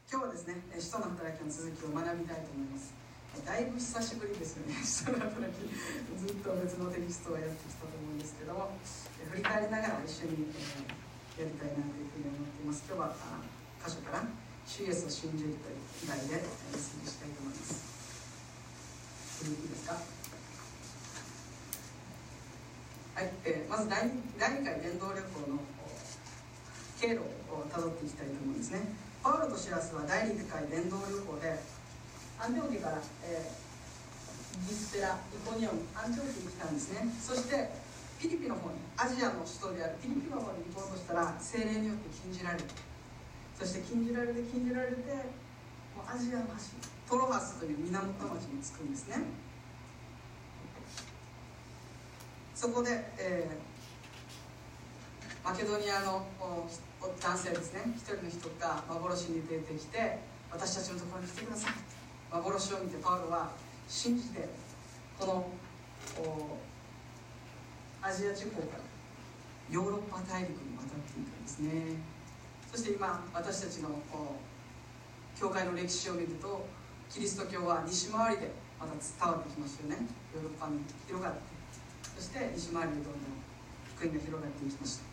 今日はですね、使徒の働きの続きを学びたいと思います。だいぶ久しぶりですよね、使徒の働き。ずっと別のテキストをやってきたと思うんですけども、振り返りながら一緒に、やりたいなというふうに思っています。今日は箇所から主イエスを信じるという題でお進めしたいと思います。いいですか？はい、まず第2回伝道旅行の経路をたどっていきたいと思うんですね。パウロとシラスは第2回伝道旅行でアンテオケから、リステラ、イコニオン、アンテオケに来たんですね。そしてピリピの方に、アジアの首都であるピリピの方に行こうとしたら聖霊によって禁じられて、そして禁じられてもうアジアの端、トロハスという源町に着くんですね。そこで、マケドニアの男性ですね、一人の人が幻に出てきて、私たちのところに来てください。幻を見てパウロは信じて、このアジア地方からヨーロッパ大陸に渡っていくんですね。そして今私たちの教会の歴史を見ると、キリスト教は西回りでまた伝わってきますよね。ヨーロッパに広がって、そして西回りでどんどん福音が広がっていきました。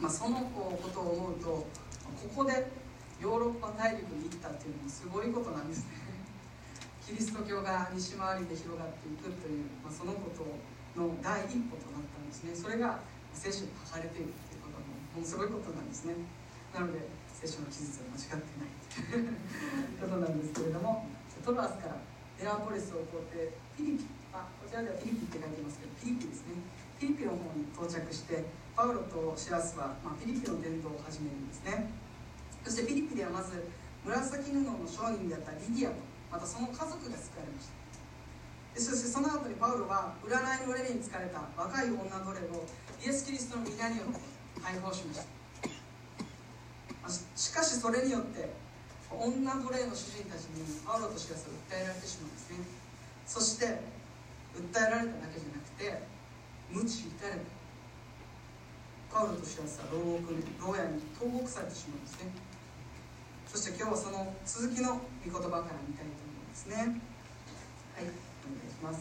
そのことを思うと、ここでヨーロッパ大陸に行ったっていうのもすごいことなんですね。キリスト教が西回りで広がっていくという、そのことの第一歩となったんですね。それが聖書に書かれているということもものすごいことなんですね。なので聖書の記述は間違ってないということなんですけれども、トロアスからネアポリスを越えてピリピ、こちらではピリピって書いてますけど、ピリピですね。ピリピの方に到着して、パウロとシラスは、ピリピの伝道を始めるんですね。そしてピリピではまず紫布の商人であったリディアと、またその家族が救われました。そしてその後にパウロは占いの霊に疲れた若い女奴隷をイエス・キリストの皆によって解放しました。しかしそれによって女奴隷の主人たちにパウロとシラスを訴えられてしまうんですね。そして訴えられただけじゃなくて鞭打たれた。パウロとシラスは牢屋に投獄されてしまうんですね。そして今日はその続きの御言葉から見たいと思いますね。はい、お願いします。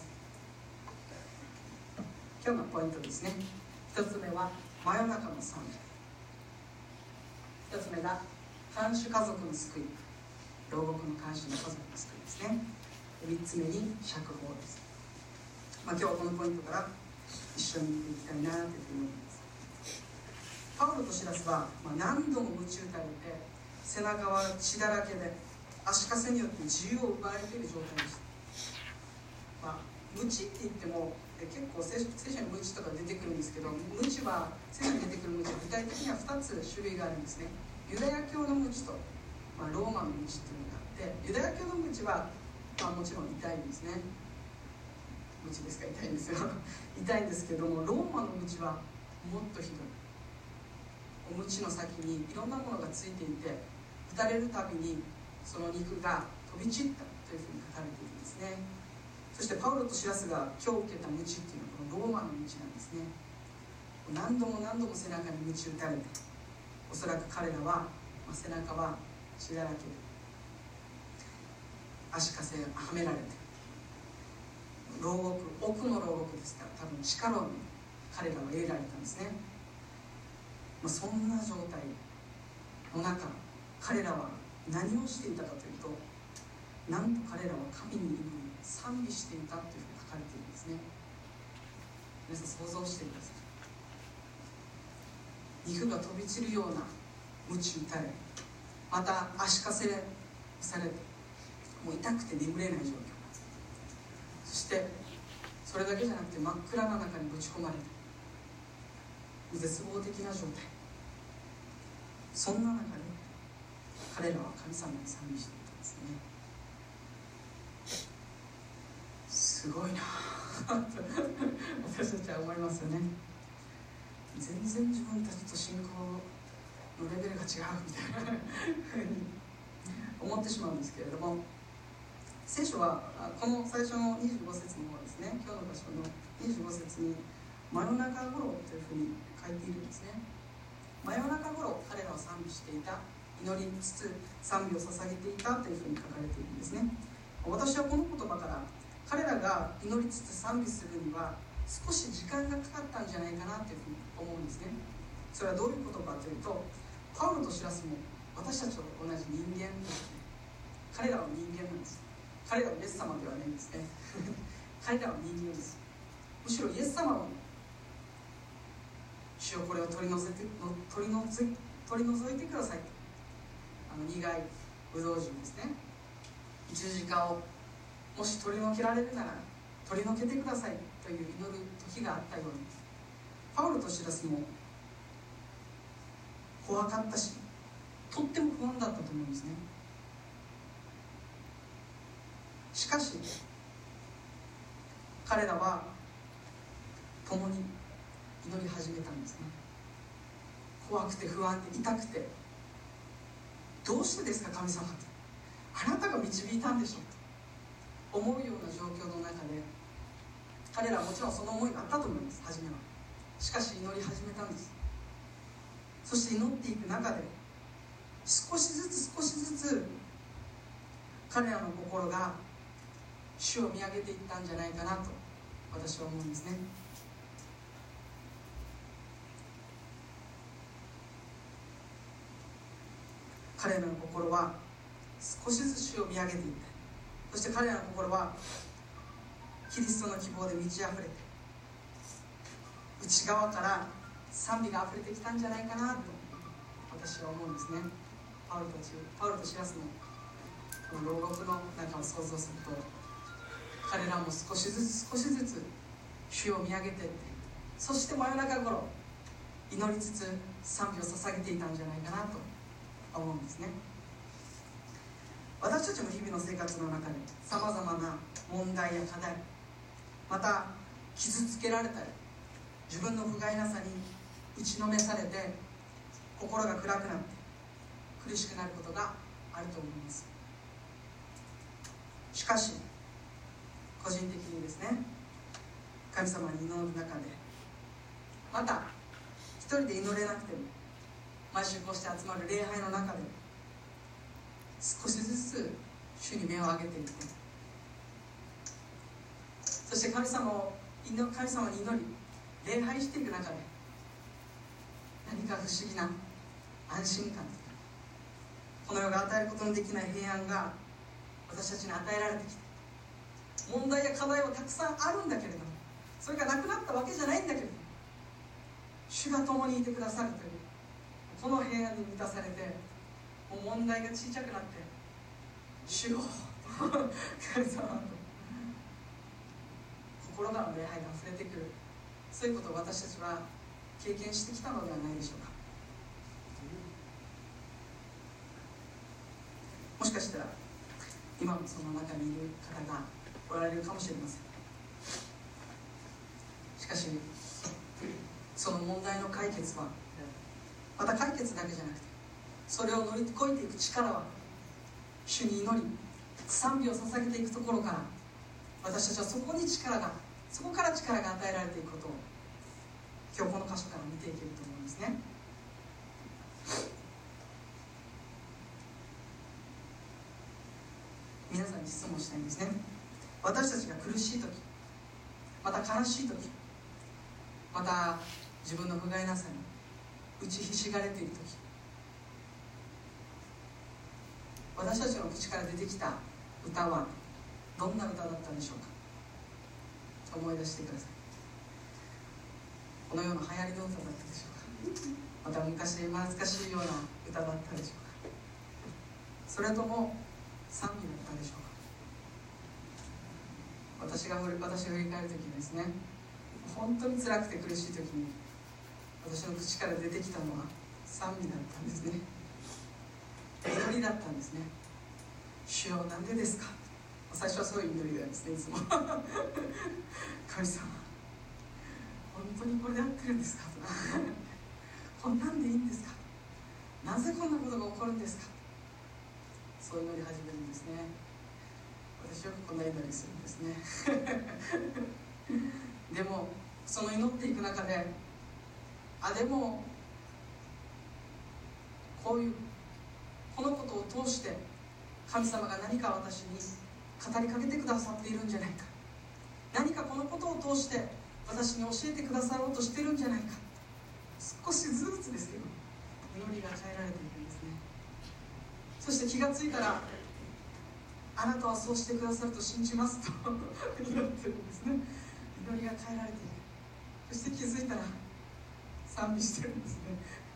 今日のポイントですね。一つ目は真夜中の賛美。一つ目が看守家族の救い、牢獄の看守の家族の救いですね。三つ目に釈放です。今日はこのポイントから一緒に見ていきたいなというふうに思います。パウロとシラスは何度も鞭打たれて、背中は血だらけで足かせによって自由を奪われている状態でした。鞭って言っても結構聖書に鞭とか出てくるんですけど、鞭は聖書に出てくる鞭は具体的には2つ種類があるんですね。ユダヤ教の鞭と、ローマの鞭っていうのがあって、ユダヤ教の鞭は、もちろん痛いんですね。鞭ですか、痛いんですよ痛いんですけども、ローマの鞭はもっとひどい。お鞭の先にいろんなものがついていて、打たれるたびにその肉が飛び散ったというふうに書かれているんですね。そしてパウロとシラスが今日受けた鞭っていうのはこのローマの鞭なんですね。何度も背中に鞭打たれて、おそらく彼らは、背中は血だらけで足かせがはめられて、牢獄、奥の牢獄ですから、多分地下牢に彼らは入れられたんですね。そんな状態の中、彼らは何をしていたかというと、なんと彼らは神に祈り賛美していたというふうに書かれているんですね。皆さん想像してください。肉が飛び散るような鞭打たれ、また足かせされて、もう痛くて眠れない状況。そしてそれだけじゃなくて真っ暗な中にぶち込まれて、絶望的な状態。そんな中で彼らは神様に賛美していたんですね。すごいな私たちは思いますよね。全然自分たちと信仰のレベルが違うみたいなふうに思ってしまうんですけれども、聖書はこの最初の25節の方ですね、今日の場所の25節に真夜中頃というふうに書いているんですね。真夜中頃彼らは賛美していた祈りつつ賛美を捧げていたというふうに書かれているんですね。私はこの言葉から彼らが祈りつつ賛美するには少し時間がかかったんじゃないかなというふうに思うんですね。それはどういうことかというと、パウロとシラスも私たちと同じ人間ですね。彼らは人間なんです。彼らはイエス様ではないんですね彼らは人間です。むしろイエス様の主よこれを取り除いてくださいと、苦いブドウ酒ですね、十字架をもし取り除けられるなら取り除けてくださいという祈る時があったように、パウロとシラスも怖かったし、とっても不安だったと思うんですね。しかし彼らは共に祈り始めたんですね。怖くて不安で痛くて、どうしてですか神様って、あなたが導いたんでしょうと思うような状況の中で、彼らはもちろんその思いがあったと思います。初めは。しかし祈り始めたんです。そして祈っていく中で少しずつ彼らの心が主を見上げていったんじゃないかなと私は思うんですね。彼らの心は少しずつ主を見上げていった。そして彼らの心はキリストの希望で満ち溢れて、内側から賛美が溢れてきたんじゃないかなと私は思うんですね。パウロとシラスのこの牢獄の中を想像すると、彼らも少しずつ主を見上げていって、そして真夜中頃祈りつつ賛美を捧げていたんじゃないかなと思うんですね。私たちも日々の生活の中でさまざまな問題や課題、また傷つけられたり自分の不甲斐なさに打ちのめされて心が暗くなって苦しくなることがあると思います。しかし個人的にですね、神様に祈る中で、また一人で祈れなくても毎週こうして集まる礼拝の中で少しずつ主に目を上げていって、そして神様に祈り礼拝していく中で、何か不思議な安心感、この世が与えることのできない平安が私たちに与えられてきて、問題や課題はたくさんあるんだけれども、それがなくなったわけじゃないんだけれども、主が共にいてくださるというこの平安に満たされて、もう問題が小さくなって、主よ神様と心からの礼拝が溢れてくる、そういうことを私たちは経験してきたのではないでしょうか。もしかしたら今もその中にいる方がおられるかもしれません。しかしその問題の解決は、また解決だけじゃなくて、それを乗り越えていく力は、主に祈り賛美を捧げていくところから、私たちはそこから力が与えられていくことを今日この箇所から見ていけると思うんですね。皆さんに質問したいんですね。私たちが苦しい時、また悲しい時、また自分の不甲斐なさに打ちひしがれている時、私たちの口から出てきた歌はどんな歌だったでしょうか。思い出してください。この世の流行りの歌だったでしょうか。また昔懐かしいような歌だったでしょうか。それとも賛美だったでしょうか。私が振り返る時にですね、本当に辛くて苦しい時に私の口から出てきたのは賛美だったんですね。祈りだったんですね。主よなんでですか。最初はそういう祈りなんですね、いつも神様本当にこれで合ってるんですかとかこんなんでいいんですか、なぜこんなことが起こるんですか、そう祈り始めるんですね。私よくこんな祈りするんですねでもその祈っていく中で、でもこういう通して神様が何か私に語りかけてくださっているんじゃないか、何かこのことを通して私に教えてくださろうとしてるんじゃないか、少しずつですけど祈りが変えられていくんですね。そして気がついたら、あなたはそうしてくださると信じますと祈ってるんですね。祈りが変えられていく。そして気づいたら賛美してるんですね。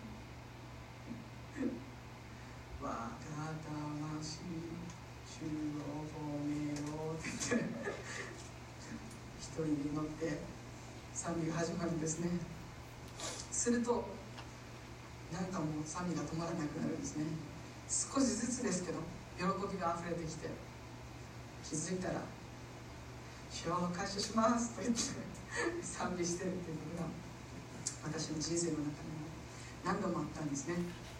我が魂主を褒めようって言って一人で祈って賛美が始まるんですね。するとなんかもう賛美が止まらなくなるんですね。少しずつですけど喜びがあふれてきて、気づいたら主を感謝しますと言って賛美してるっていうことが私の人生の中にも何度もあったんですね。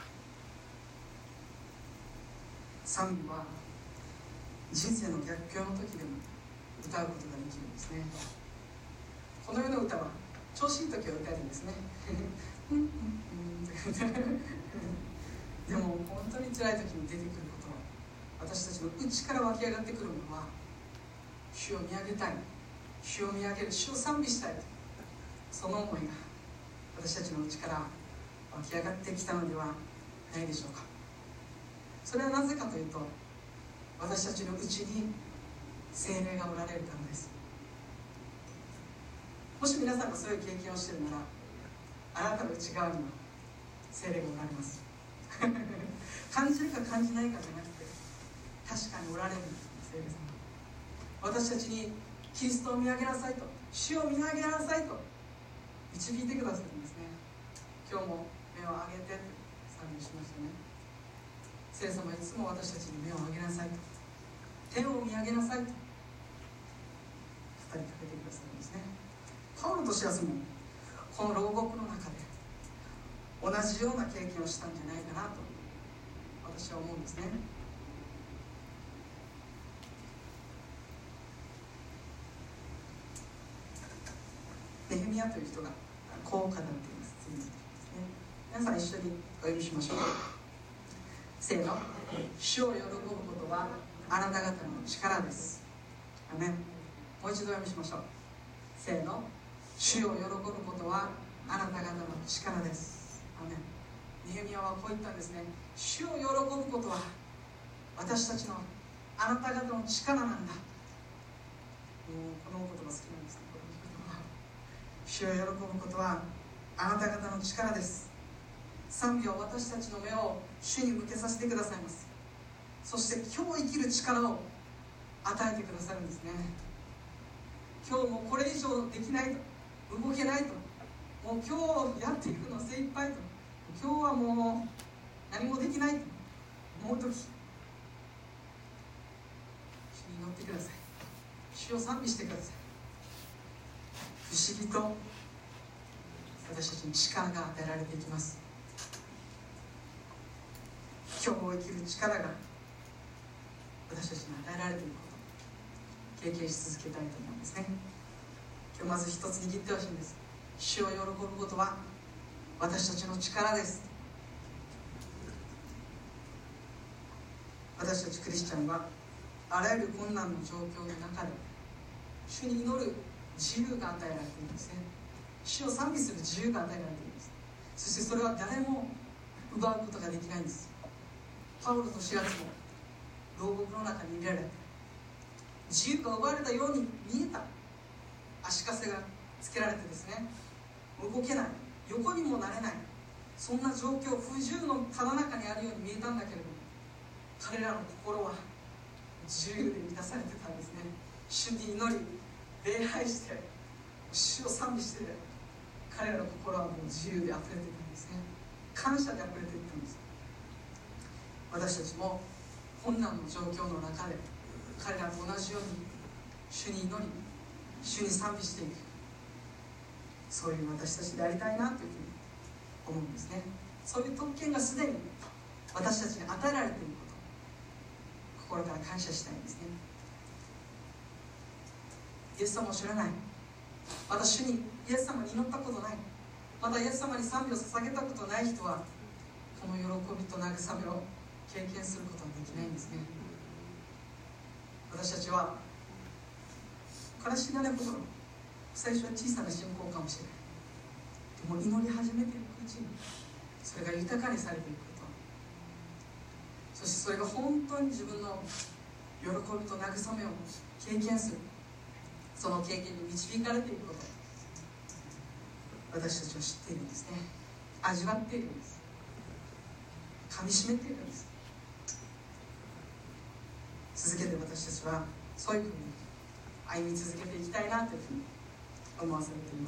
賛美は人生の逆境の時でも歌うことができるんですね。この世の歌は調子いい時は歌えるんですねでも本当に辛い時に出てくることは、私たちの内から湧き上がってくるものは、主を見上げたい、主を見上げる、主を賛美したい、その思いが私たちの内から湧き上がってきたのではないでしょうか。それはなぜかというと、私たちの内に聖霊がおられるからです。もし皆さんがそういう経験をしているなら、あなたの内側には聖霊がおられます感じるか感じないかじゃなくて、確かにおられるんです。聖霊様、私たちにキリストを見上げなさいと、主を見上げなさいと導いてくださるんですね。今日も目を上げてって賛美しましたね。聖霊様はいつも私たちに目を上げなさいと、天を見上げなさいと語りかけてくださるんですね。パウロとシラスもこの牢獄の中で同じような経験をしたんじゃないかなと私は思うんですね。ネヘミヤという人がこう語っています。次のですね、皆さん一緒にお読みしましょう。せーの。主を喜ぶことはあなた方の力です。アメン。もう一度読みしましょう。せーの。主を喜ぶことはあなた方の力です。アメン。ネヘミヤはこう言ったんですね。主を喜ぶことは私たちのあなた方の力なんだ。もうこの言葉好きなんですね。この言葉、主を喜ぶことはあなた方の力です。賛美は私たちの目を主に向けさせてくださいます。そして今日生きる力を与えてくださるんですね。今日もこれ以上できないと、動けないと、もう今日やっていくの精一杯と、今日はもう何もできないと思うとき、主に祈ってください。主を賛美してください。不思議と私たちに力が与えられていきます。今日を生きる力が私たちに与えられていることを経験し続けたいと思うんですね。今日まず一つ握ってほしいんです。主を喜ぶことは私たちの力です。私たちクリスチャンはあらゆる困難の状況の中で主に祈る自由が与えられているんですね。主を賛美する自由が与えられているんです。そしてそれは誰も奪うことができないんです。パウロとシラスも牢獄の中に入れられて、自由が奪われたように見えた。足かせがつけられてですね、動けない、横にもなれない、そんな状況、不自由のただ中にあるように見えたんだけれども、彼らの心は自由で満たされてたんですね。主に祈り礼拝して主を賛美して、彼らの心はもう自由であふれていたんですね。感謝であふれていったんです。私たちも困難の状況の中で彼らと同じように主に祈り、主に賛美していく、そういう私たちでありたいなというふうに思うんですね。そういう特権がすでに私たちに与えられていること、心から感謝したいんですね。イエス様を知らない、また主にイエス様に祈ったことない、またイエス様に賛美を捧げたことない人は、この喜びと慰めを経験することはきないんですね。私たちはからしなるほど最初は小さな信仰かもしれない。でも祈り始めていくうちにそれが豊かにされていくこと、そしてそれが本当に自分の喜びと慰めを経験する、その経験に導かれていくこと、私たちは知っているんですね。味わっているんです。噛みしめているんです。続けて私たちはそういうふうに歩み続けていきたいなというふうに思わされています。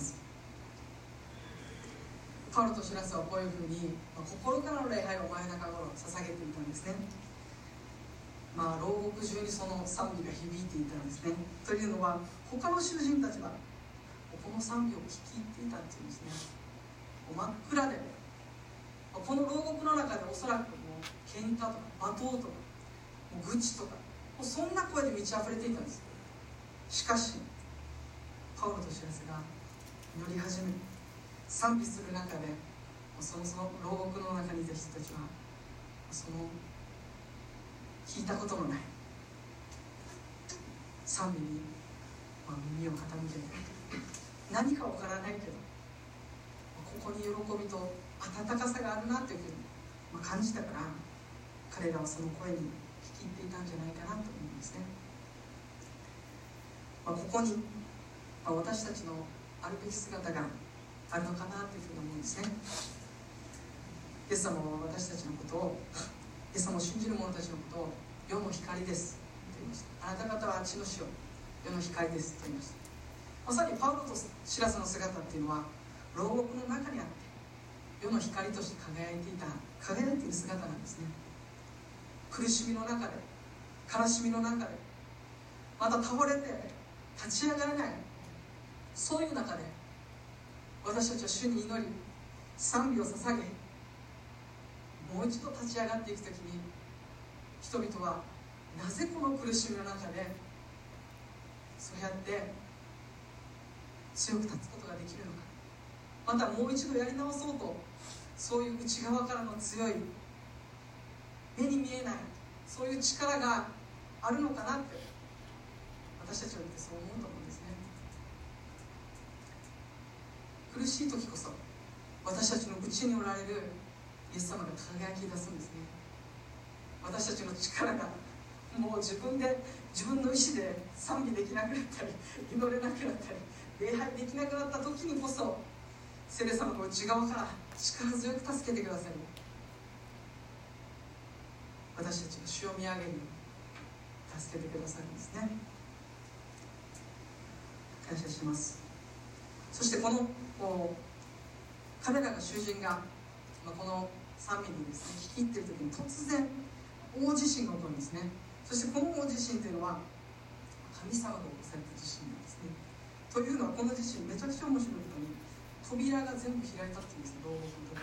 パウロとシラスはこういうふうに、心からの礼拝を真夜中頃捧げていたんですね。牢獄中にその賛美が響いていたんですね。というのは他の囚人たちはこの賛美を聞き入っていたっていうんですね。真っ暗でこの牢獄の中でおそらくもう喧嘩とか罵倒とかもう愚痴とかもうそんな声で満ち溢れていたんです。しかしパウロとシラスが祈り始める、賛美する中でその牢獄の中にいた人たちはその聞いたことのない賛美に耳を傾けて、何か分からないけどここに喜びと温かさがあるなというふうに感じたから、彼らはその声に聞き入っていたんじゃないかなと思うんですね。ここに私たちのあるべき姿があるのかなというふうに思うんですね。イエス様は私たちのことを、イエス様を信じる者たちのことを世の光ですと言いました。あなた方は地の塩、世の光ですと言いました。まさにパウロとシラスの姿っていうのは牢獄の中にあって世の光として輝いている姿なんですね。苦しみの中で、悲しみの中で、また倒れて立ち上がれない、そういう中で私たちは主に祈り賛美を捧げ、もう一度立ち上がっていくときに、人々はなぜこの苦しみの中でそうやって強く立つことができるのか、またもう一度やり直そうと、そういう内側からの強い目に見えないそういう力があるのかなって、私たちは見てそう思うと思うんですね。苦しい時こそ私たちの内におられるイエス様が輝き出すんですね。私たちの力がもう自分の意志で賛美できなくなったり、祈れなくなったり、礼拝できなくなった時にこそ、聖霊様の内側から力強く助けてくださり、私たちが主を見上げるように助けてくださるんですね。感謝します。そしてこの彼らが囚人がこの賛美にですね聞き入っている時に突然大地震が起こるんですね。そしてこの大地震というのは神様が起こされた地震なんですね。というのはこの地震めちゃくちゃ面白いことに扉が全部開いたっていうんですよ。牢獄の扉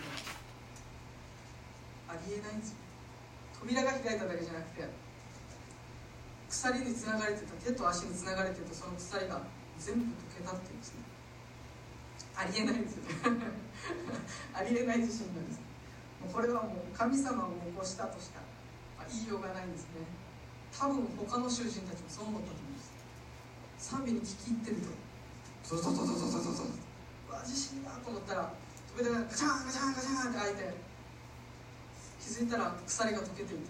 ありえないんですよ。扉が開いただけじゃなくて、鎖につながれてた手と足につながれてたその鎖が全部溶けたっていうんですね。ありえないですよねありえない地震なんです。もうこれはもう神様を起こしたとしか言いようがないんですね。多分他の囚人たちもそう思ったと思うんです。賛美に聞き入ってるとドドドドドドドドド、うわ地震だと思ったら扉がガチャンガチャンガチャンって開いて、気づいたら鎖が溶けていて、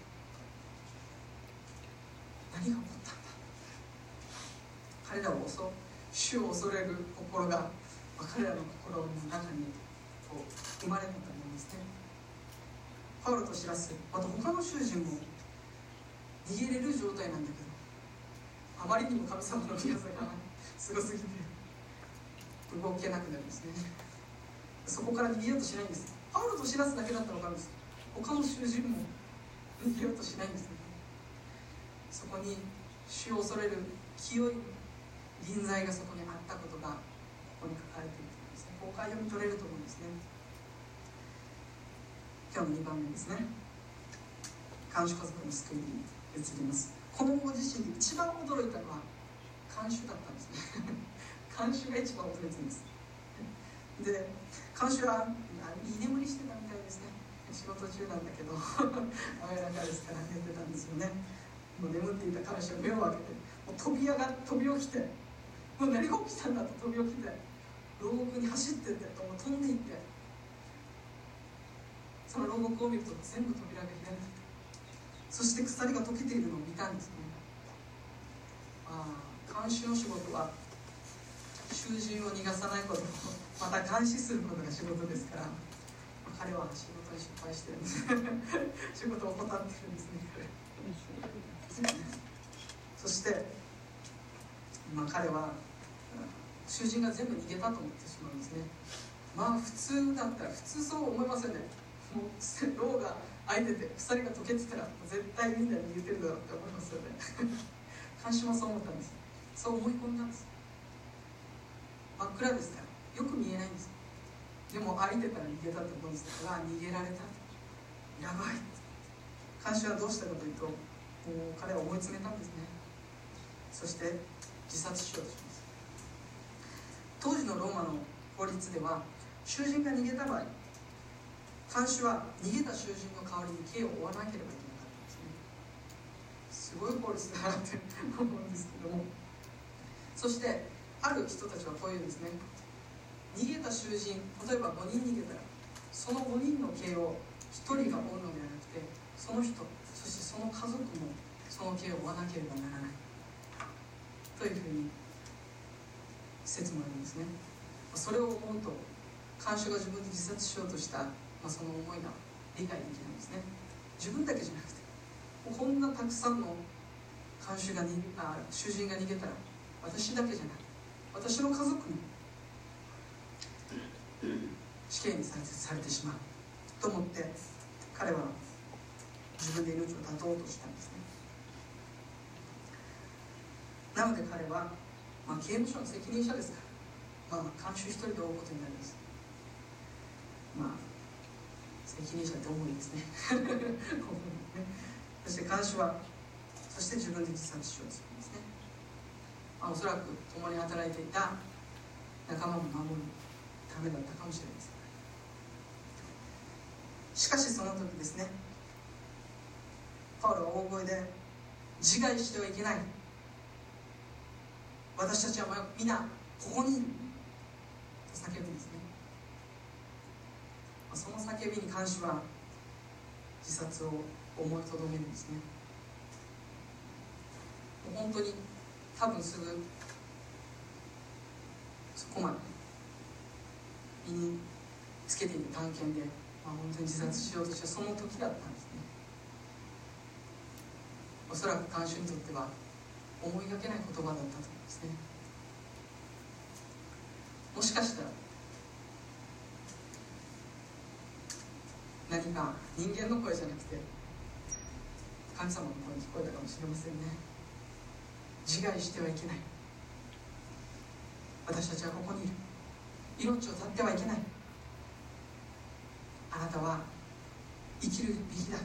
何が起こったんだ。彼らを主を恐れる心が彼らの心の中に生まれたと思うんですね。パウロとシラス、また他の囚人も逃げれる状態なんだけど、あまりにも神様の御業がすごすぎて動けなくなるんですね。そこから逃げようとしないんです。パウロとシラスだけだったら分かるんです。他の囚人も逃げようとしないんですね。そこに主を恐れる清い臨在がそこにあったことがここに書かれていると思うんですね。ここから読み取れると思うんですね。今日の2番目ですね。看守家族の救いに移ります。この大地震で一番驚いたのは看守だったんですね看守が一番驚いてるんです。で、看守はいい眠りしてたみたいですね。仕事中なんだけど雨の中ですから寝てたんですよ。 どね、もう眠っていた彼氏が目を開けて、もう飛び起きて、もう何が起きたんだと飛び起きて、牢獄に走ってって、もう飛んでいって、その牢獄を見ると全部扉が開いていた。そして鎖が解けているのを見たんですね。看守の仕事は囚人を逃がさないこと、また監視することが仕事ですから、彼は仕事に失敗してるんです仕事を怠ってるんですね。そして、彼は囚人が全部逃げたと思ってしまうんですね。普通だったら、普通そう思いませんね。もう牢が開いてて鎖が解けてたら絶対みんな逃げてるだろうって思いますよね看守もそう思ったんです。そう思い込んだんです。真っ暗ですからよく見えないんです。でも開いてたら逃げたって思うんですが、逃げられた、やばい。看守はどうしたかというと、もう彼は思い詰めたんですね。そして自殺しようとします。当時のローマの法律では、囚人が逃げた場合、看守は逃げた囚人の代わりに刑を負わなければいけなかったんですね。すごい法律だなって思うんですけども、そしてある人たちはこういうんですね。逃げた囚人、例えば5人逃げたら、その5人の刑を1人が負うのではなくて、その人、そしてその家族もその刑を負わなければならないというふうに説もあるんですね。それを思うと、看守が自分で自殺しようとした、その思いが理解できないんですね。自分だけじゃなくて、こんなたくさんの囚人が逃げたら、私だけじゃなくて私の家族も死刑にされてしまうと思って、彼は自分で命を絶とうとしたんですね。なので彼は、刑務所の責任者ですから、看守一人で追うことになります。責任者って重いですねそして看守は、そして自分で自殺しようとするんですね。おそらく共に働いていた仲間も守るためだったかもしれません。しかしその時ですね、パウロは大声で自害してはいけない、私たちは皆ここにいると叫ぶんですね。その叫びに看守は自殺を思いとどめるんですね。もう本当に多分すぐそこまで身につけている探検で、本当に自殺しようとしたその時だったんですね。おそらく看守にとっては思いがけない言葉だったと思うんですね。もしかしたら何か人間の声じゃなくて神様の声に聞こえたかもしれませんね。自害してはいけない、私たちはここにいる、命を絶ってはいけない、あなたは生きるべきだ、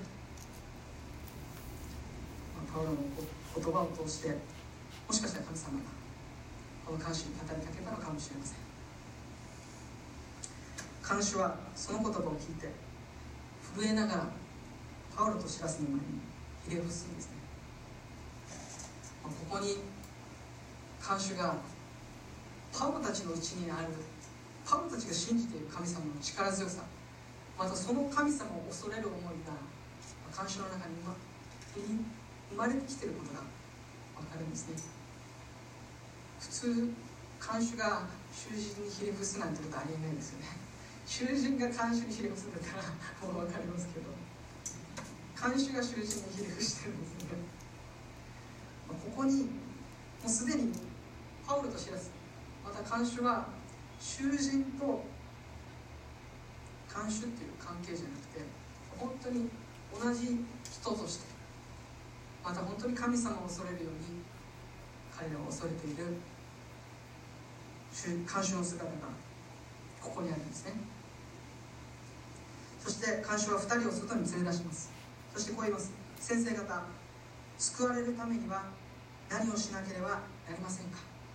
パウロの言葉を通して、もしかしたら神様がこの看守に語りかけたのかもしれません。看守はその言葉を聞いて震えながらパウロとシラスの前にひれ伏すんですね。ここに看守がパウロたちのうちにある、パウロたちが信じている神様の力強さ、またその神様を恐れる思いが看守の中に生まれてきていることが分かるんですね。普通看守が囚人にひれ伏すなんてことはありえないですよね。囚人が看守にひれ伏すんだったらもう分かりますけど、看守が囚人にひれ伏してるんですね。ここにもうすでにパウロとシラス、また看守は囚人と看守っていう関係じゃなくて、本当に同じ人として、また本当に神様を恐れるように彼らを恐れている看守の姿がここにあるんですね。そして看守は2人を外に連れ出します。そしてこう言います。先生方、救われるためには何をしなければなりませんか。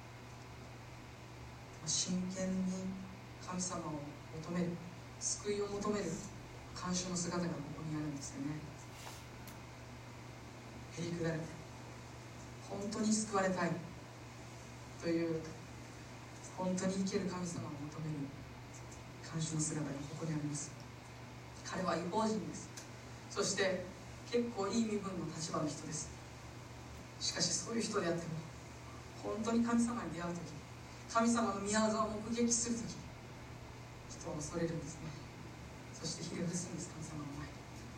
真剣に神様を求める、救いを求める看守の姿がここにあるんですよね。 へりくだれて本当に救われたいという本当に生ける神様を求める看守の姿がここにあります。彼は異邦人です。そして結構いい身分の立場の人です。しかしそういう人であっても本当に神様に出会う時、神様の御業を目撃する時、人は恐れるんですね。そしてひれ伏すんです。神様の前に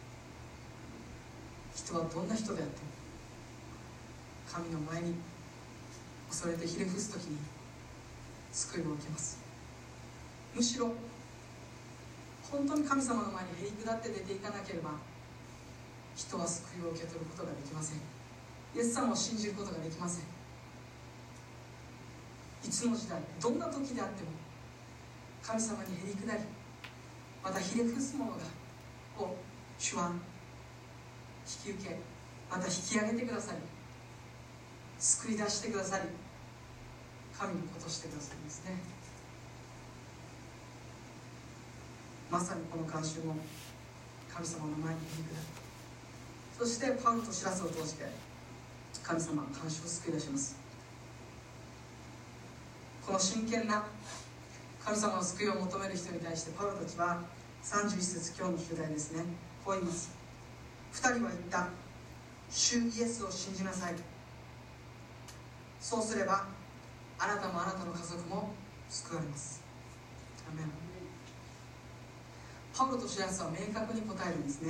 人はどんな人であっても神の前に恐れてひれ伏す時に救いを受けます。むしろ本当に神様の前にへりくだって出ていかなければ人は救いを受け取ることができません。イエス様を信じることができません。いつの時代どんな時であっても神様にへりくだり、またひれ伏す者が主は引き受け、また引き上げてくださり、救い出してくださり、神の子としてくださるんですね。まさにこの慣習も神様の前にへりくだる。そしてパウロとシラスを通して神様は慣習を救い出します。この真剣な神様の救いを求める人に対してパウロたちは31節、今日の主題ですね、こう言います。2人は言った。主イエスを信じなさい。そうすればあなたもあなたの家族も救われます。アメン。パウロとシラスは明確に答えるんですね。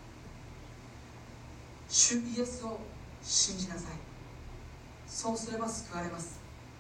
主イエスを信じなさい。そうすれば救われます。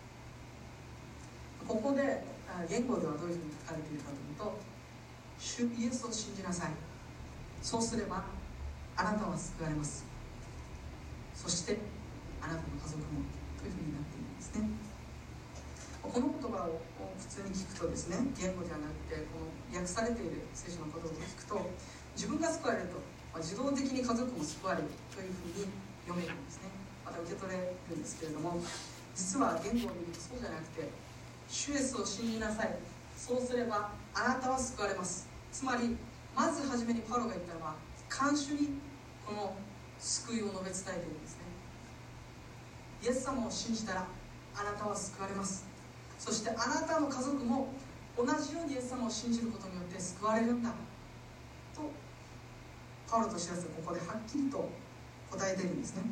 ここで言語ではどういうふうに書かれているかというと、主イエスを信じなさい。そうすればあなたは救われます。そしてあなたの家族もというふうになっているんですね。この言葉を普通に聞くとですね、言語ではなくてこの訳されている聖書の言葉を聞くと、自分が救われると、自動的に家族も救われるというふうに読めるんですね。また受け取れるんですけれども、実は言語を見るとそうじゃなくて、主イエスを信じなさい。そうすればあなたは救われます。つまりまず初めにパウロが言ったのは、看守にこの救いを述べ伝えているんですね。イエス様を信じたらあなたは救われます。そしてあなたの家族も同じようにイエス様を信じることによって救われるんだと、パウロとシラスがここではっきりと答えているんですね。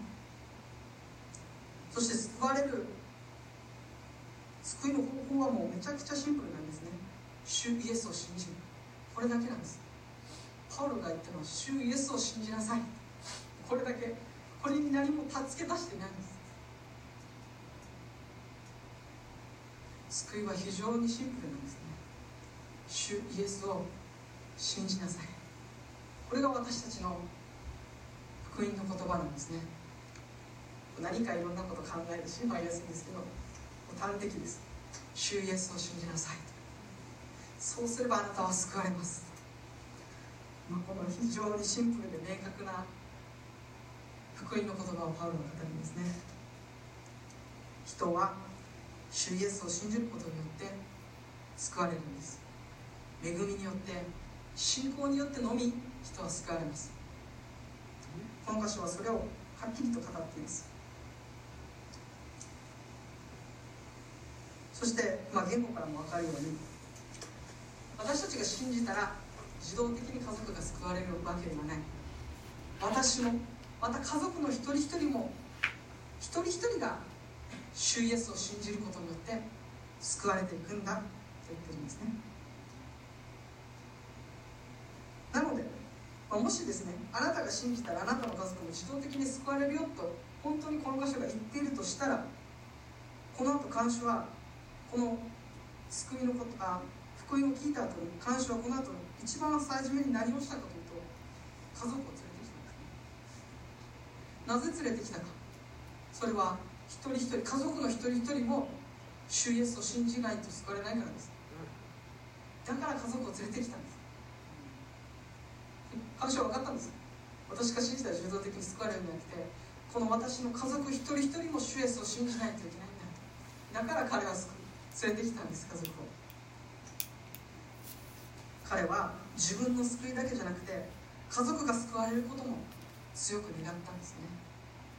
そして救われる救いの方法はもうめちゃくちゃシンプルなんですね。主イエスを信じる、これだけなんです。パウロが言ったのは、主イエスを信じなさい、これだけ。これに何も助け足していないんです。救いは非常にシンプルなんですね。主イエスを信じなさい、これが私たちの福音の言葉なんですね。何かいろんなこと考えてしまいやすいんですけど、端的です。主イエスを信じなさい、そうすればあなたは救われます。この非常にシンプルで明確な福音の言葉をパウロが語るんですね。人は主イエスを信じることによって救われるんです。恵みによって、信仰によってのみ人は救われます。この箇所はそれをはっきりと語っています。そして、言語からも分かるように、私たちが信じたら自動的に家族が救われるわけではない。私もまた家族の一人一人も一人一人が主イエスを信じることによって救われていくんだと言ってるんですね。なので、もしですね、あなたが信じたらあなたの家族も自動的に救われるよと本当にこの箇所が言っているとしたら、この後看守はこの救いのこと福音を聞いた後に、看守はこの後一番最初めに何をしたかというと、家族を連れてきたんですね。なぜ連れてきたか、それは一人一人、家族の一人一人も主イエスを信じないと救われないからです。だから家族を連れてきたんです。看守は分かったんです。私が信じたら自動的に救われるんじゃなくて、この私の家族一人一人も主イエスを信じないといけないんだ。だから彼は連れてきたんです、家族を。彼は自分の救いだけじゃなくて家族が救われることも強く願ったんですね。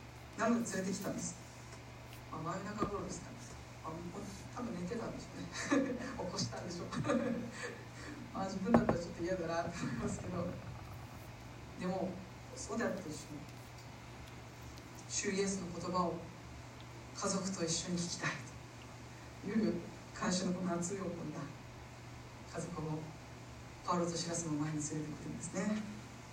なので連れてきたんです。真夜中頃ですかね。多分寝てたんでしょうね起こしたんでしょう自分だったらちょっと嫌だなと思いますけど、でもそうであったとしても、主イエスの言葉を家族と一緒に聞きたいという感謝の熱いを込んだ家族をパウロとシラスの前に連れてくるんですね。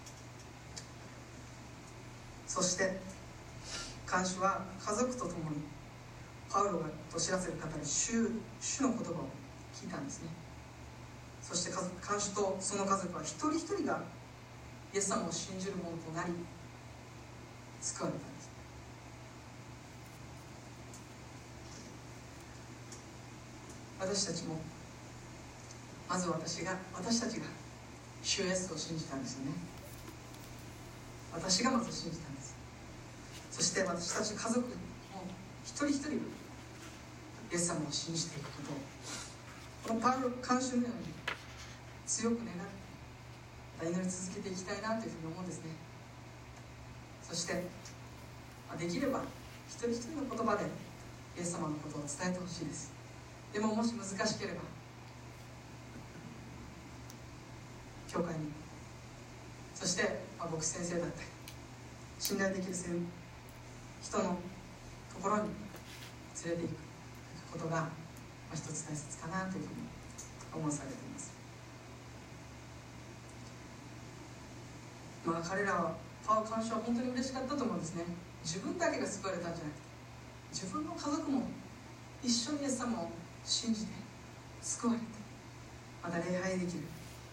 そして看守は家族と共にパウロとシラスが語る主の言葉を聞いたんですね。そして看守とその家族は一人一人がイエス様を信じる者となり救われたんです。私たちもまず私たちが主イエスを信じたんですよね。私がまず信じたんです。そして私たち家族も一人一人がイエス様を信じていくことを、このパウロ看守のように強く願って祈り続けていきたいなというふうに思うんですね。そしてできれば一人一人の言葉でイエス様のことを伝えてほしいです。でももし難しければ教会に、そして牧師先生だったり信頼できる人のところに連れていくことが一つ大切かなというふうに思わされています。彼らは看守は本当に嬉しかったと思うんですね。自分だけが救われたんじゃなくて、自分の家族も一緒にイエス様を信じて救われて、また礼拝できる、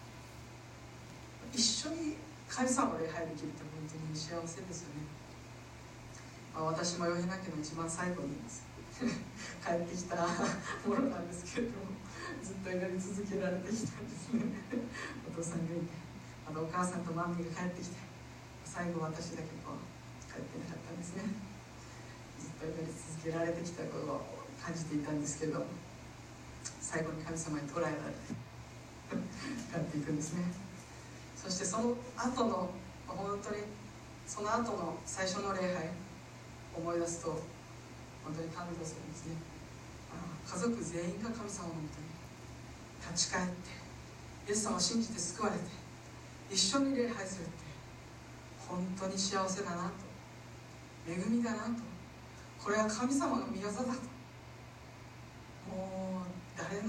一緒に神様を礼拝できるって本当に幸せですよね。私もヨヘナ家の一番最後にいます帰ってきたものなんですけれども、ずっと祈り続けられてきたんですねお父さんがいて、またお母さんとマミーが帰ってきて、最後私だけ帰ってなかったんですね。ずっと祈り続けられてきたことを感じていたんですけど、最後に神様に捕らえられて帰っていくんですね。そしてその後の本当にその後の最初の礼拝思い出すと本当に感動するんですね。家族全員が神様のもとに立ち返ってイエス様を信じて救われて一緒に礼拝するって本当に幸せだなと、恵みだなと、これは神様の御業だと、もう誰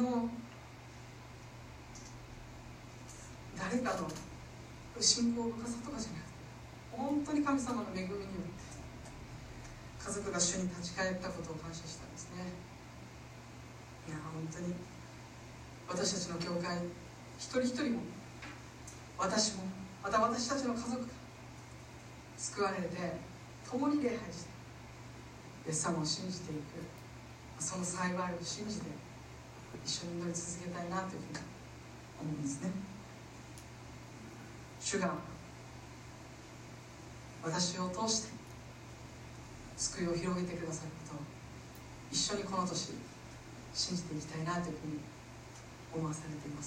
かの信仰深さとかじゃなくて、本当に神様の恵みによって家族が主に立ち返ったことを感謝したんですね。いや本当に私たちの教会一人一人も、私もまた私たちの家族が救われて共に礼拝してイエス様を信じていく、その幸いを信じて一緒に祈り続けたいなというふうに思うんですね。主が私を通して救いを広げてくださることを一緒にこの年信じていきたいなというふうに思わされています。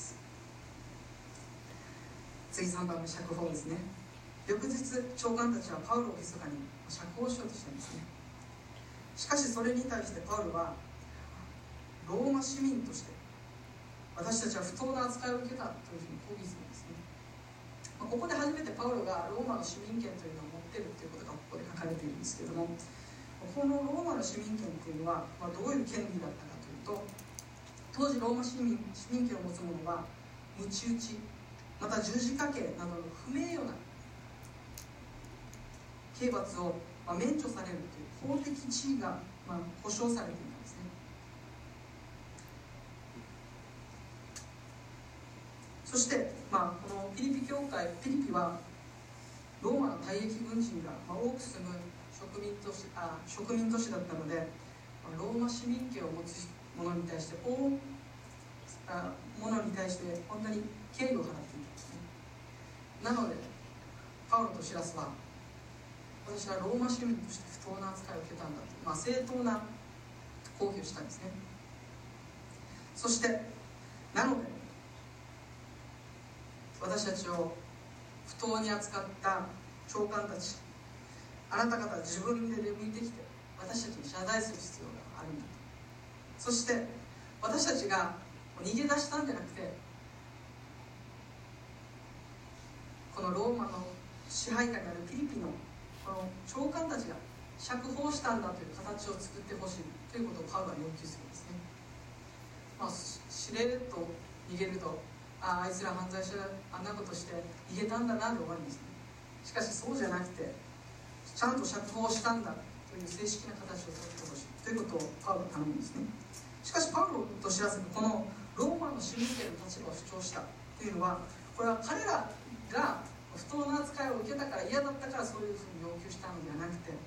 次3番の釈放ですね。翌日長官たちはパウロを密かに釈放しようとしたんですね。しかしそれに対してパウロはローマ市民として私たちは不当な扱いを受けたというふうに抗議するんですね。ここで初めてパウロがローマの市民権というのを持っているということがここで書かれているんですけれども、このローマの市民権というのは、どういう権利だったかというと、当時ローマ市民権を持つ者は鞭打ち、また十字架刑などの不名誉な刑罰を免除されるという法的地位が保障されていたんですね。そして、このピリピはローマの退役軍人が多く住む植民都市だったので、ローマ市民権を持つ者に対して本当に敬意を払っていたんですね。なのでパウロとシラスは、私はローマ市民として不当な扱いを受けたんだと、正当な抗議をしたんですね。そしてなので私たちを不当に扱った長官たち、 あなた方は自分で出向いてきて私たちに謝罪する必要があるんだと。そして私たちが逃げ出したんじゃなくて、このローマの支配下にあるフィリピンのこの長官たちが釈放したんだという形を作ってほしいということをパウロは要求するんですね。しれっと逃げると、あいつら犯罪者あんなことして逃げたんだなで終わりですね。しかしそうじゃなくて、ちゃんと釈放したんだという正式な形を取ってほしいということをパウロは頼むんですね。しかしパウロと知らせるこのローマの市民権の立場を主張したというのは、これは彼らが不当な扱いを受けたから嫌だったからそういうふうに要求したのではなくて、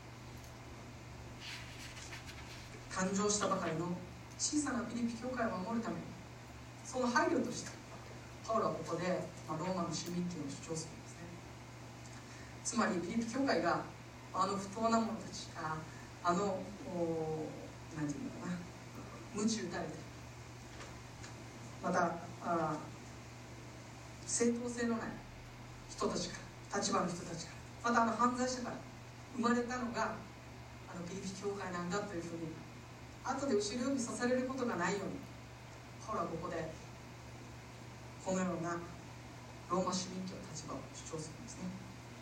誕生したばかりの小さなフィリピ教会を守るために、その配慮としてパウロはここでローマの市民権を主張するんですね。つまりフィリピ教会が不当な者たち、なんていうのかな、鞭打たれて、また正当性のない人たちから、立場の人たちから、また犯罪者から生まれたのがフィリピ教会なんだというふうに後で後ろ指さされることがないように、パウロはここでこのようなローマ市民権の立場を主張するんですね。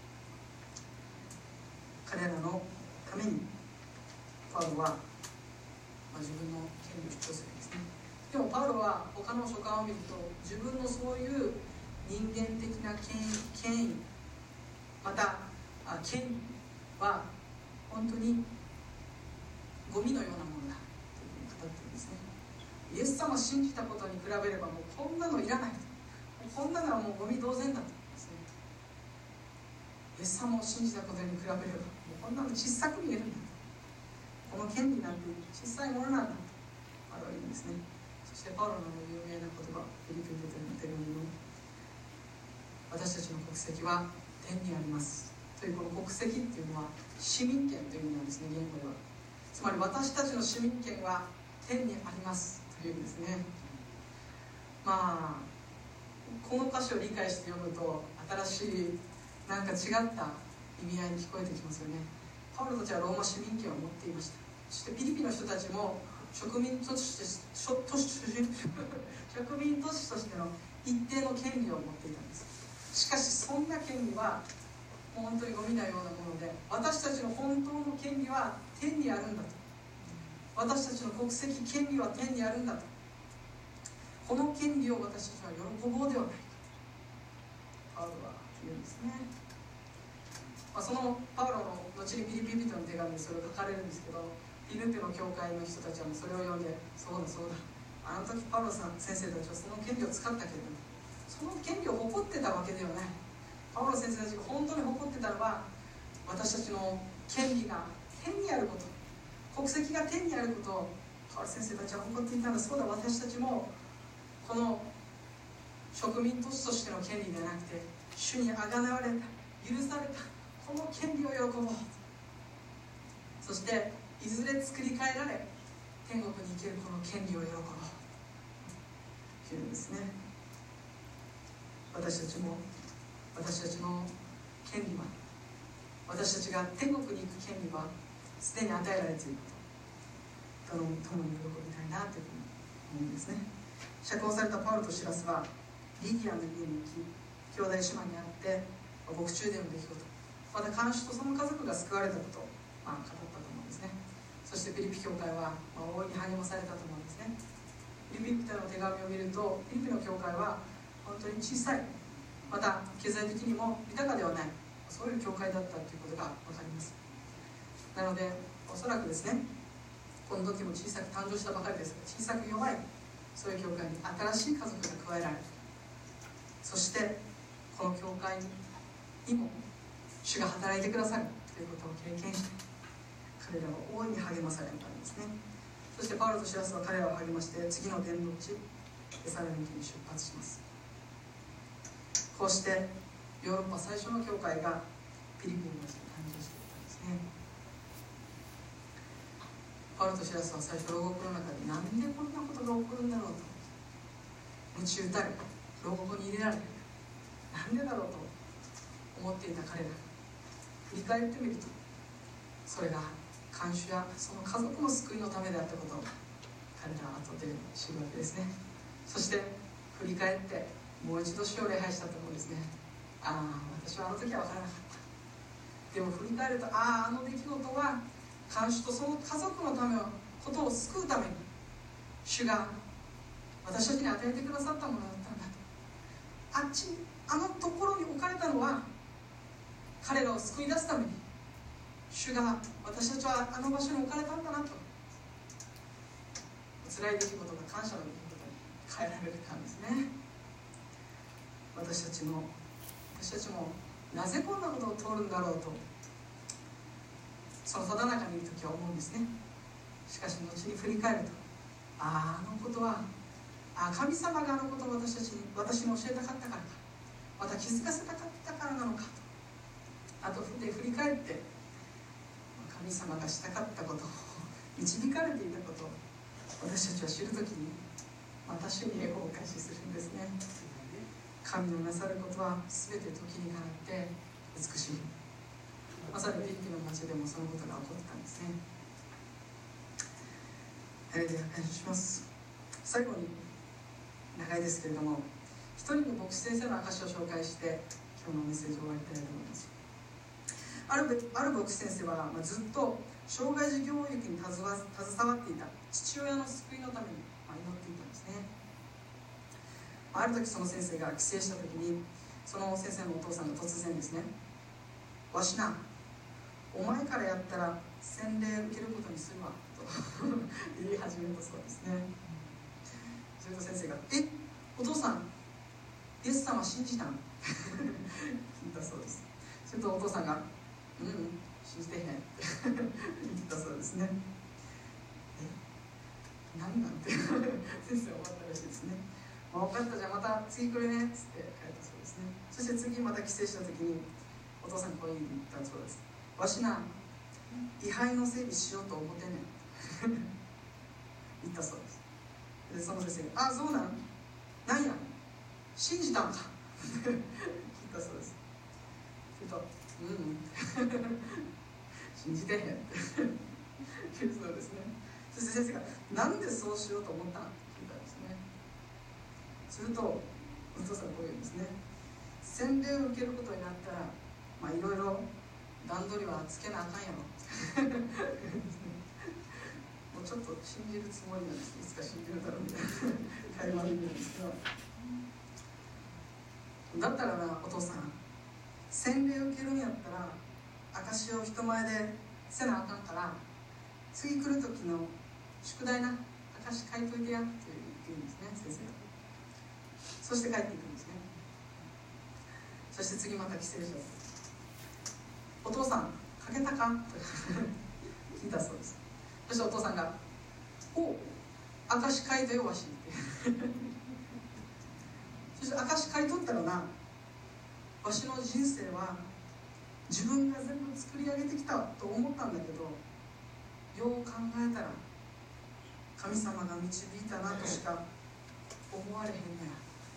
彼らのためにパウロは、自分の権利を主張するんですね。でもパウロは他の書簡を見ると、自分のそういう人間的な権威、また権利は本当にゴミのようなものだというふうに語っているんですね。イエス様を信じたことに比べればもうこんなのいらない、こんなのはもうゴミ同然だとですね。イエス様を信じたことに比べればもうこんなの小さく見えるんだと、この権利なんて小さいものなんだとパウロは言うんですね。そしてパウロの有名な言葉、フィリピンの手紙の私たちの国籍は天にありますという、この国籍っていうのは市民権という意味なんですね、言語では。つまり私たちの市民権は天にありますというんですね。この歌詞を理解して読むと新しいなんか違った意味合いに聞こえてきますよね。パウロたちはローマ市民権を持っていました。そしてフィリピンの人たちも植民都市としての一定の権利を持っていたんです。しかしそんな権利はもう本当にゴミのようなもので、私たちの本当の権利は天にあるんだと、私たちの国籍権利は天にあるんだと、この権利を私たちは喜ぼうではないかとパウロは言うんですね。そのパウロの後にフィリピン人の手紙でそれを書かれるんですけど、フィリピンの教会の人たちはそれを読んで、そうだそうだ、あの時パウロ先生たちはその権利を使ったけれども、その権利を誇ってたわけではない。パウロ先生たちが本当に誇ってたのは、私たちの権利が天にあること、国籍が天にあることをパウロ先生たちは誇っていたんだ。そうだ、私たちもこの植民都市としての権利ではなくて、主にあがなわれた、許されたこの権利を喜ぼう。そしていずれ作り変えられ天国に行けるこの権利を喜ぼうというんですね。私たちの権利は、私たちが天国に行く権利はすでに与えられていること、共に喜びたいなというふうに思うんですね。釈放されたパウロとシラスはリディアの家に行き、兄弟姉妹に会って獄中での出来事、また看守とその家族が救われたことを語ったと思うんですね。そしてフィリピ教会は大いに励まされたと思うんですね。フィリピ人の手紙を見ると、フィリピの教会は本当に小さい、また経済的にも豊かではない、そういう教会だったということが分かります。なのでおそらくですね、この時も小さく誕生したばかりですが、小さく弱いそういう教会に新しい家族が加えられる。そしてこの教会にも主が働いてくださるということを経験して、彼らは大いに励まされたんですね。そしてパウロとシラスは彼らを励まして、次の伝道地テサロニケに出発します。こうしてヨーロッパ最初の教会がフィリピンの地に誕生していったんですね。パウロとシラスは最初牢獄の中で、なんでこんなことが起こるんだろうと、鞭打たれ、牢獄に入れられ、なんでだろうと思っていた彼らが、 振り返ってみると、それが看守やその家族の救いのためであったことを彼らは後で知るわけですね。そして振り返ってもう一度主を礼拝したと思うんですね。ああ、私はあの時は分からなかった。でも振り返ると、あの出来事は看守とその家族のためのことを救うために主が私たちに与えてくださったものだったんだと。あのところに置かれたのは彼らを救い出すために、主が私たちはあの場所に置かれたんだなと、辛い出来事が感謝の出来事に変えられたんですね。私たちもなぜこんなことを通るんだろうと、そのただ中にいる時は思うんですね。しかし後に振り返ると、あのことは神様があのことを私に教えたかったからか、また気づかせたかったからなのかと、あとで振り返って神様がしたかったこと、導かれていたことを私たちは知るときに、また主にエゴを開始するんですね。神のなさることは全て時に変わって美しい。まさにピリピの町でもそのことが起こったんですね。ハレルヤ、感謝します。最後に長いですけれども、一人の牧師先生の証を紹介して今日のメッセージを終わりたいと思います。ある牧師先生は、ずっと障害児教育に携わっていた父親の救いのために祈っていたんですね。ある時その先生が帰省した時に、その先生のお父さんが突然ですね、わしな、お前からやったら洗礼受けることにするわと言い始めたそうですね。すると先生が、お父さん、イエス様信じたん聞いたそうです。するとお父さんが、信じてへんって言ったそうですね。何なんて先生は思ったらしいですね。分かった、じゃあまた次来るねっつって帰ったそうですね。そして次また帰省した時にお父さんこう言ったそうです。わしな、位牌の整備しようと思ってんねん言ったそうです。でその先生が、そうなんや信じたんか聞いたそうです。すると、信じてへんって言うそうですね。そして先生が、なんでそうしようと思ったんって聞いたんですね。するとお父さんこう言うんですね。洗礼を受けることになったら、いろいろ段取りはつけなあかんやろもうちょっと信じるつもりなんです。いつか信じるだろうみたいな会話を言うんですけど、だったらな、お父さん、洗礼を受けるんやったら証を人前でせなあかんから、次来る時の宿題な、証書いといてやって言うんですね、先生が。そして帰っていくんですね。そして次また帰省者、お父さん書けたかと聞いたそうです。そしてお父さんが、証書いとよわしってそして証書いとったらな、わしの人生は自分が全部作り上げてきたと思ったんだけど、よう考えたら神様が導いたなとしか思われへんねや。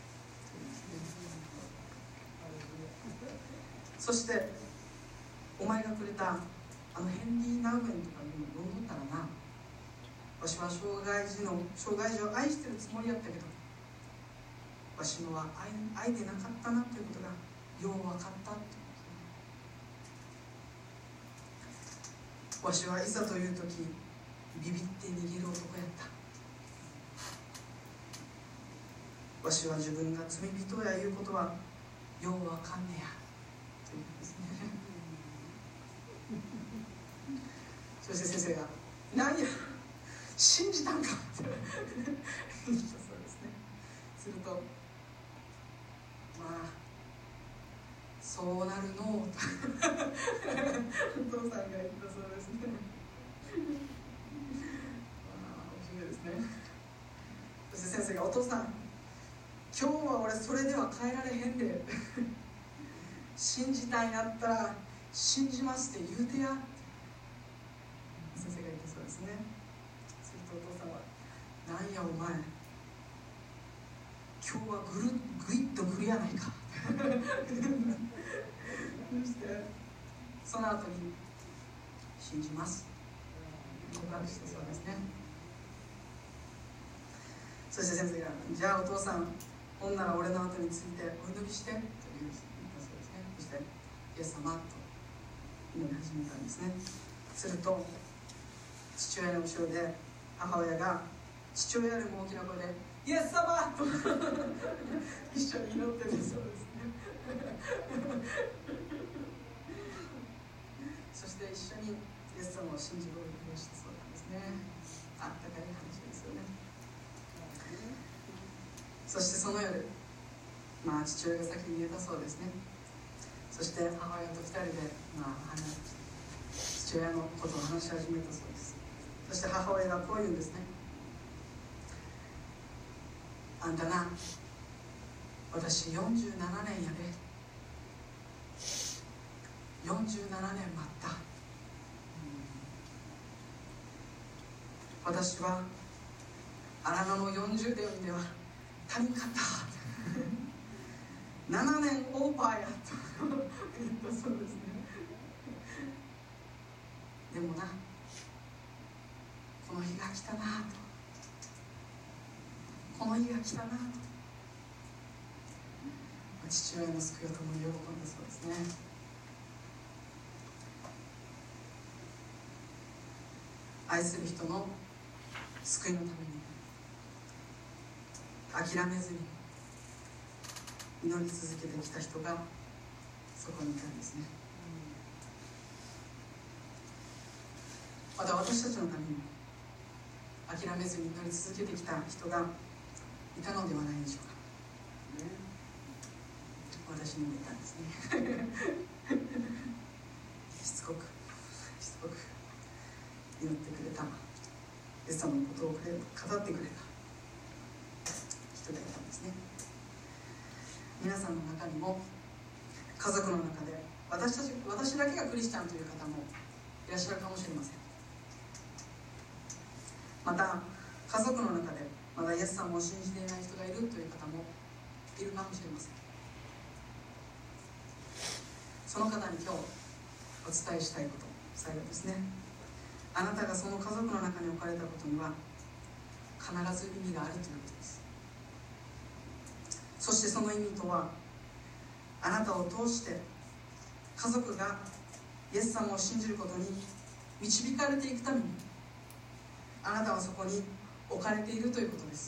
そしてお前がくれたヘンリー・ナウエンとかにも読んどったらな、わしは障害児を愛してるつもりやったけど、わしのは愛でなかったなということがよう分かったって。わしはいざという時ビビって逃げる男やった。わしは自分が罪人やいうことはよう分かんねやというんですねそして先生が、何や信じたんかって言ったそうですね。すると、そうなるのお父さんが言ったそうですね面白いですね。そして先生が、お父さん、今日は俺それでは帰られへんで信じたいなったら信じますって言うてやって先生が言ったそうですね。するとお父さんは、なんやお前、今日はグイッと来るやないかそしてその後に信じます告白したそうですね。そして先生がじゃあお父さんほんなら俺の後についてお祈りしてと言ったそうですね。そしてイエス様と祈り始めたんですね。すると父親の後ろで母親が父親よりも大きな声でイエス様と一緒に祈ってるそうですね。そして一緒にイエス様を信じるをしたそうなんですね。あったかい話ですよね。そしてその夜、父親が先に寝たそうですね。そして母親と2人で、父親のことを話し始めたそうです。そして母親がこう言うんですね。あんたな、私47年やで。47年待った。私は荒野の40年では足りんかった7年オーバーやと言ったそうですね。でもな、この日が来たなと、この日が来たなと父親の救いを共に喜んだそうですね。愛する人の救いのために諦めずに祈り続けてきた人がそこにいたんですね。また私たちのために諦めずに祈り続けてきた人がいたのではないでしょうか。私にもいたんですねしつこく祈ってくれたイエス様のことを語ってくれた人がいたんですね。皆さんの中にも家族の中で私だけがクリスチャンという方もいらっしゃるかもしれません。また家族の中でまだイエス様を信じていない人がいるという方もいるかもしれません。その方に今日お伝えしたいこと最後ですね。あなたがその家族の中に置かれたことには必ず意味があるということです。そしてその意味とは、あなたを通して家族がイエス様を信じることに導かれていくためにあなたはそこに置かれているということです。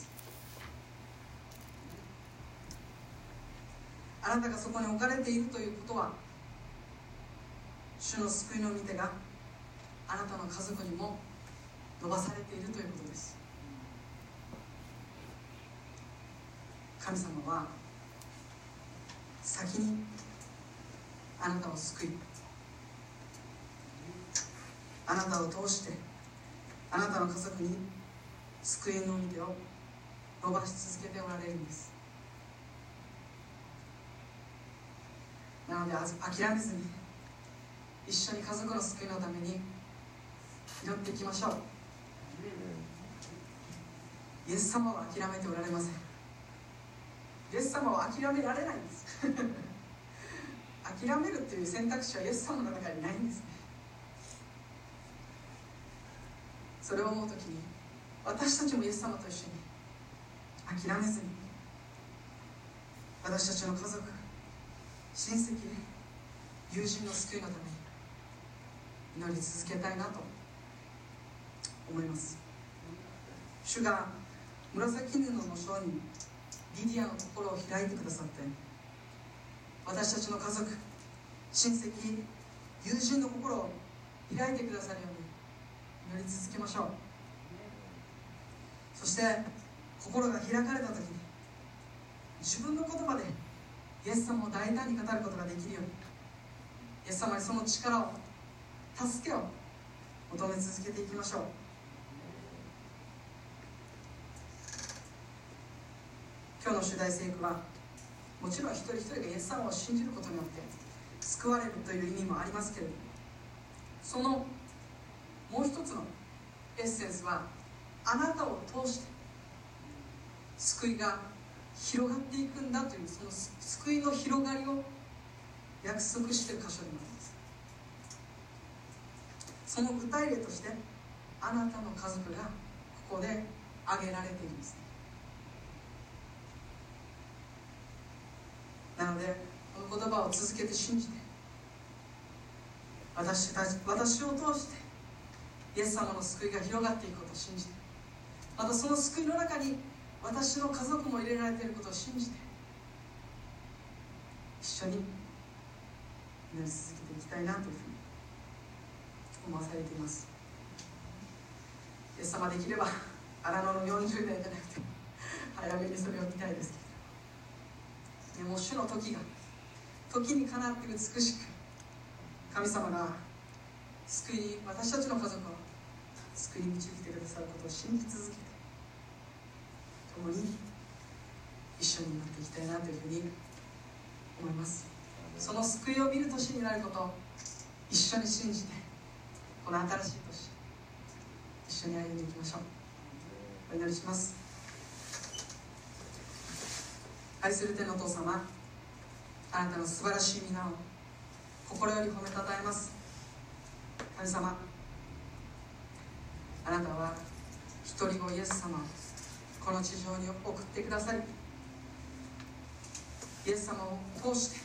あなたがそこに置かれているということは、主の救いの御手があなたの家族にも伸ばされているということです。神様は先にあなたを救い、あなたを通してあなたの家族に救いの御手を伸ばし続けておられるんです。なので諦めずに一緒に家族の救いのために祈っていきましょう。イエス様は諦めておられません。イエス様は諦められないんです諦めるっていう選択肢はイエス様の中にないんですね。それを思うときに私たちもイエス様と一緒に諦めずに私たちの家族、親戚、友人の救いのために祈り続けたいなと思います。主が紫布の商人リディアの心を開いてくださって、私たちの家族、親戚、友人の心を開いてくださるように祈り続けましょう。そして心が開かれた時に自分の言葉でイエス様を大胆に語ることができるように、イエス様にその力を、助けを求め続けていきましょう。今日の主題聖句はもちろん一人一人がイエス様を信じることによって救われるという意味もありますけれども、そのもう一つのエッセンスは、あなたを通して救いが広がっていくんだという、その救いの広がりを約束している箇所になります。 その具体例としてあなたの家族がここで挙げられているんですね。なのでこの言葉を続けて信じて、私を通してイエス様の救いが広がっていくことを信じて、またその救いの中に私の家族も入れられていることを信じて、一緒に祈り続けていきたいなというふうに思わされています。イエス様できれば荒野の40年じゃなくて早めにそれを見たいですけど、でも主の時にかなって美しく神様が救いに、私たちの家族を救いに導いてくださることを信じ続けて、共に一緒になっていきたいなというふうに思います。その救いを見る年になることを一緒に信じて、この新しい年一緒に歩んでいきましょう。お祈りします。愛する天のお父様、あなたの素晴らしい皆を心より褒めたたえます。神様、あなたは一人子イエス様をこの地上に送ってくださり、イエス様を通して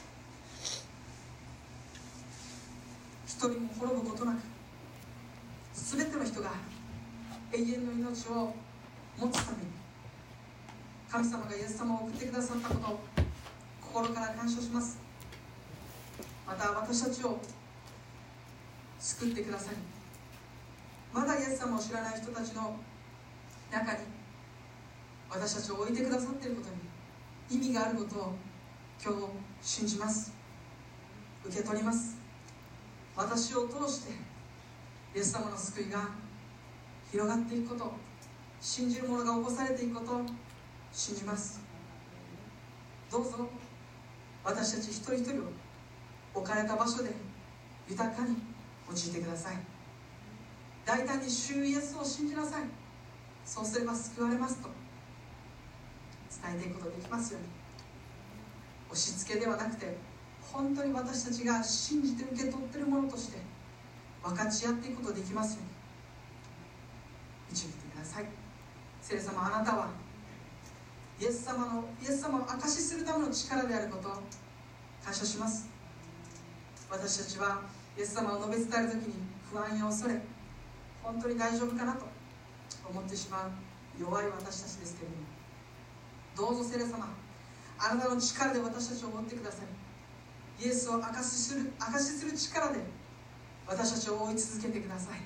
一人も滅ぶことなく、全ての人が永遠の命を持つために神様がイエス様を送ってくださったことを心から感謝します。また私たちを救ってくださり、まだイエス様を知らない人たちの中に私たちを置いてくださっていることに意味があることを今日信じます。受け取ります。私を通してイエス様の救いが広がっていくこと、信じる者が起こされていくことを信じます。どうぞ私たち一人一人を置かれた場所で豊かに用いてください。大胆に主イエスを信じなさい、そうすれば救われますと伝えていくことができますように、押し付けではなくて本当に私たちが信じて受け取っているものとして分かち合っていくことができますように導いてください。聖様、あなたはイエス様を証しするための力であることを感謝します。私たちはイエス様を述べ伝えるときに不安や恐れ、本当に大丈夫かなと思ってしまう弱い私たちですけれども、どうぞ聖霊様、あなたの力で私たちを覆ってください。イエスを証しする力で私たちを追い続けてください。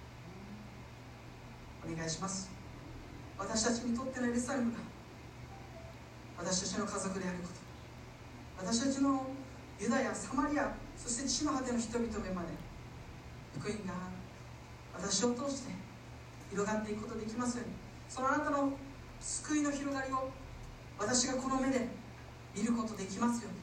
お願いします。私たちにとってのエルサレムが私たちの家族であること、私たちのユダヤ、サマリア、そして地の果ての人々まで福音が私を通して広がっていくことができますように、そのあなたの救いの広がりを私がこの目で見ることができますように、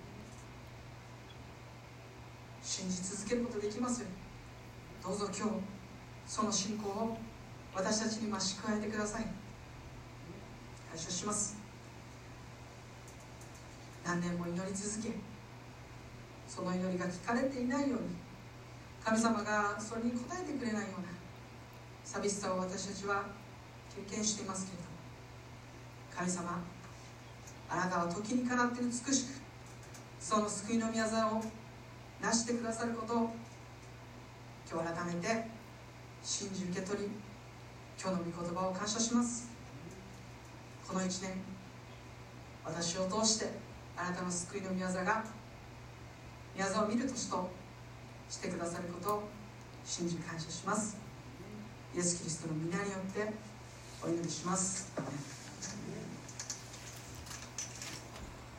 信じ続けることができますように、どうぞ今日その信仰を私たちに増し加えてください。感謝します。何年も祈り続け、その祈りが聞かれていないように、神様がそれに応えてくれないような寂しさを私たちは経験していますけれども、神様、あなたは時にかなって美しくその救いの御業を成してくださることを今日改めて信じ受け取り、今日の御言葉を感謝します。この1年、私を通してあなたの救いの御業を見る年としてくださることを信じ感謝します。イエス・キリストの皆によってお祈りします。アーメン。